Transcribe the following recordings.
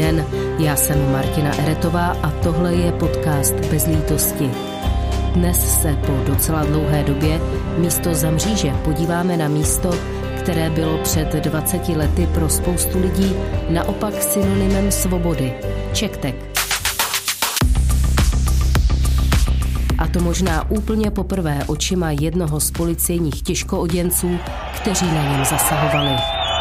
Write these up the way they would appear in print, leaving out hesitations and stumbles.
den, já jsem Martina Eretová a tohle je podcast Bez lítosti. Dnes se po docela dlouhé době místo za mříže podíváme na místo, které bylo před 20 lety pro spoustu lidí naopak synonymem svobody. Čektek. A to možná úplně poprvé očima jednoho z policejních těžkooděnců, kteří na něm zasahovali.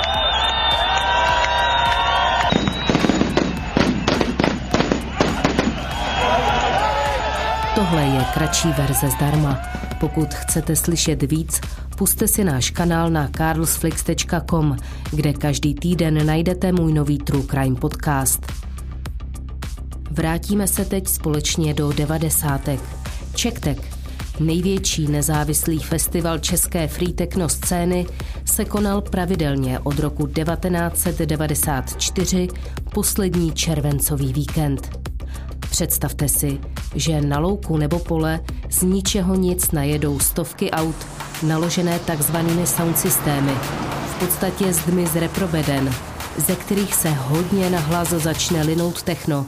Tohle je kratší verze zdarma. Pokud chcete slyšet víc, pusťte si náš kanál na carlsflix.com, kde každý týden najdete můj nový True Crime podcast. Vrátíme se teď společně do 90. Čektek, největší nezávislý festival české free techno scény, se konal pravidelně od roku 1994, poslední červencový víkend. Představte si, že na louku nebo pole z ničeho nic najedou stovky aut, naložené takzvanými sound systémy, v podstatě zdmi z reprobeden, ze kterých se hodně nahlas začne linout techno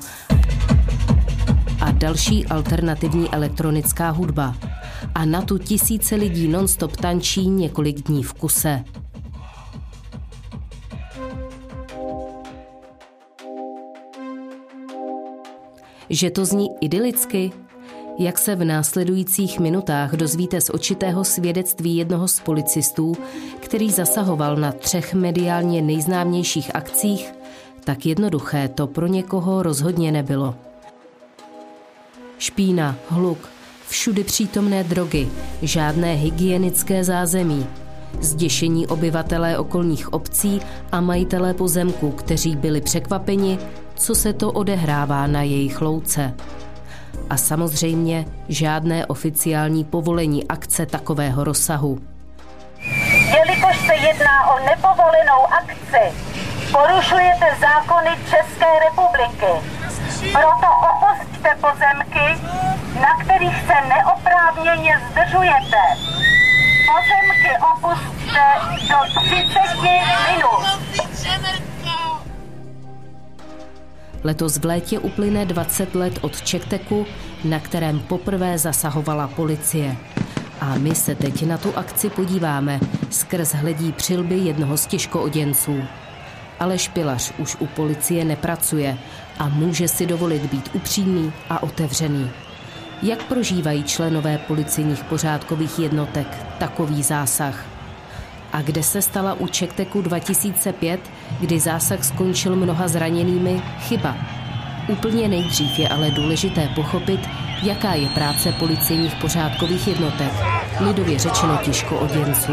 a další alternativní elektronická hudba. A na tu tisíce lidí non-stop tančí několik dní v kuse. Že to zní idylicky? Jak se v následujících minutách dozvíte z očitého svědectví jednoho z policistů, který zasahoval na 3 mediálně nejznámějších akcích, tak jednoduché to pro někoho rozhodně nebylo. Špína, hluk, všudy přítomné drogy, žádné hygienické zázemí, zděšení obyvatelé okolních obcí a majitelé pozemku, kteří byli překvapeni, co se to odehrává na jejich louce. A samozřejmě žádné oficiální povolení akce takového rozsahu. Jelikož se jedná o nepovolenou akci, porušujete zákony České republiky. Proto opusťte pozemky, na kterých se neoprávněně zdržujete. Pozemky opusťte do 30 minut. Letos v létě uplyne 20 let od Čekteku, na kterém poprvé zasahovala policie. A my se teď na tu akci podíváme skrz hledí přilby jednoho z těžkooděnců. Aleš Pilař už u policie nepracuje a může si dovolit být upřímný a otevřený. Jak prožívají členové policejních pořádkových jednotek takový zásah? A kde se stala u Čekteku 2005, kdy zásah skončil mnoha zraněnými, chyba? Úplně nejdřív je ale důležité pochopit, jaká je práce policejních pořádkových jednotek, lidově řečeno těžkooděnců.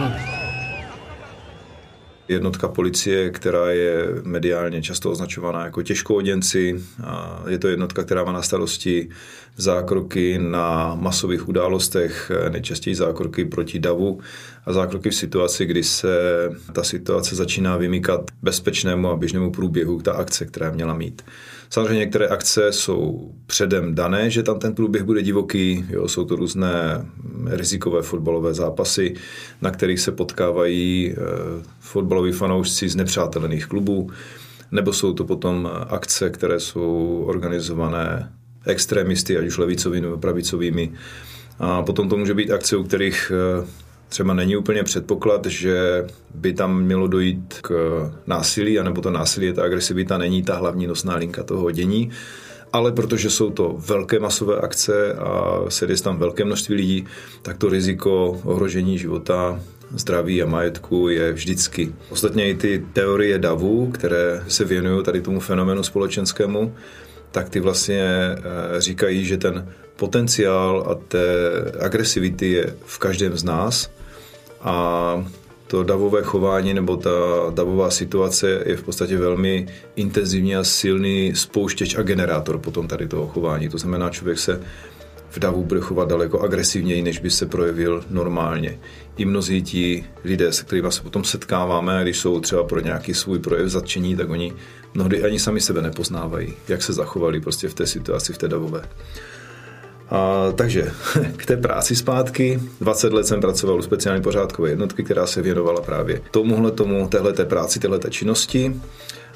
Jednotka policie, která je mediálně často označovaná jako těžkooděnci. Je to jednotka, která má na starosti zákroky na masových událostech, nejčastěji zákroky proti davu a zákroky v situaci, kdy se ta situace začíná vymykat bezpečnému a běžnému průběhu, ta akce, která měla mít. Samozřejmě některé akce jsou předem dané, že tam ten průběh bude divoký, jsou to různé rizikové fotbalové zápasy, na kterých se potkávají fotbaloví fanoušci z nepřátelených klubů, nebo jsou to potom akce, které jsou organizované extrémisty, ať už levicovými nebo pravicovými. A potom to může být akce, u kterých třeba není úplně předpoklad, že by tam mělo dojít k násilí, anebo to násilí, ta agresivita není ta hlavní nosná linka toho dění, ale protože jsou to velké masové akce a sedí tam velké množství lidí, tak to riziko ohrožení života, zdraví a majetku je vždycky. Ostatně i ty teorie davu, které se věnují tady tomu fenoménu společenskému, tak ty vlastně říkají, že ten potenciál a té agresivity je v každém z nás a to davové chování nebo ta davová situace je v podstatě velmi intenzivní a silný spouštěč a generátor potom tady toho chování. To znamená, člověk se v davu bude chovat daleko agresivněji, než by se projevil normálně. I mnozí ti lidé, se kterými se potom setkáváme, když jsou třeba pro nějaký svůj projev zatčení, tak oni mnohdy ani sami sebe nepoznávají, jak se zachovali prostě v té situaci, v té davové. Takže k té práci zpátky. 20 let jsem pracoval u speciální pořádkové jednotky, která se věnovala právě téhleté práci, téhleté činnosti.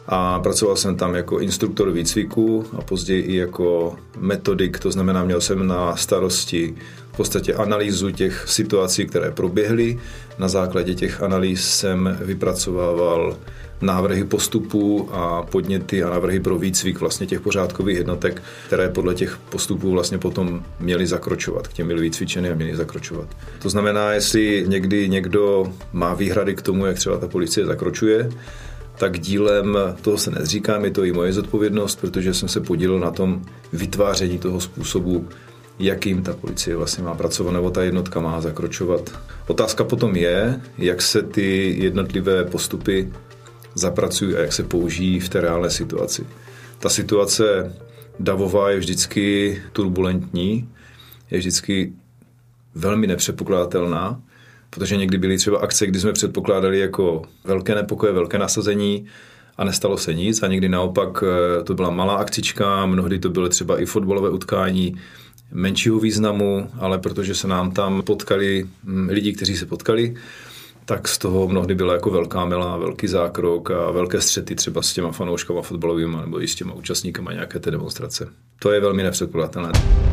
A pracoval jsem tam jako instruktor výcviku a později i jako metodik, to znamená, měl jsem na starosti v podstatě analýzu těch situací, které proběhly. Na základě těch analýz jsem vypracovával návrhy postupů a podněty a návrhy pro výcvik vlastně těch pořádkových jednotek, které podle těch postupů vlastně potom měly zakročovat, k těm byly vycvičeny a měly zakročovat. To znamená, jestli někdy někdo má výhrady k tomu, jak třeba ta policie zakročuje, tak dílem toho se nezříkám, je to i moje zodpovědnost, protože jsem se podílel na tom vytváření toho způsobu, jakým ta policie vlastně má pracovat nebo ta jednotka má zakročovat. Otázka potom je, jak se ty jednotlivé postupy zapracují a jak se použijí v té reálné situaci. Ta situace davová je vždycky turbulentní, je vždycky velmi nepředpokládatelná, protože někdy byly třeba akce, kdy jsme předpokládali jako velké nepokoje, velké nasazení a nestalo se nic a někdy naopak to byla malá akcička, mnohdy to bylo třeba i fotbalové utkání menšího významu, ale protože se nám tam potkali lidi, kteří se potkali, tak z toho mnohdy byla jako velká mela, velký zákrok a velké střety třeba s těma fanouškama fotbalovými nebo i s těma účastníkama nějaké té demonstrace. To je velmi nepředpokládatelné.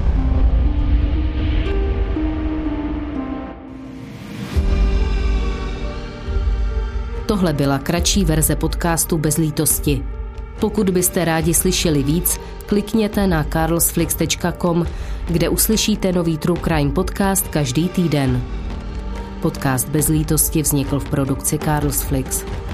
Tohle byla kratší verze podcastu Bez lítosti. Pokud byste rádi slyšeli víc, klikněte na carlsflix.com, kde uslyšíte nový True Crime podcast každý týden. Podcast Bez lítosti vznikl v produkci Carlsflix.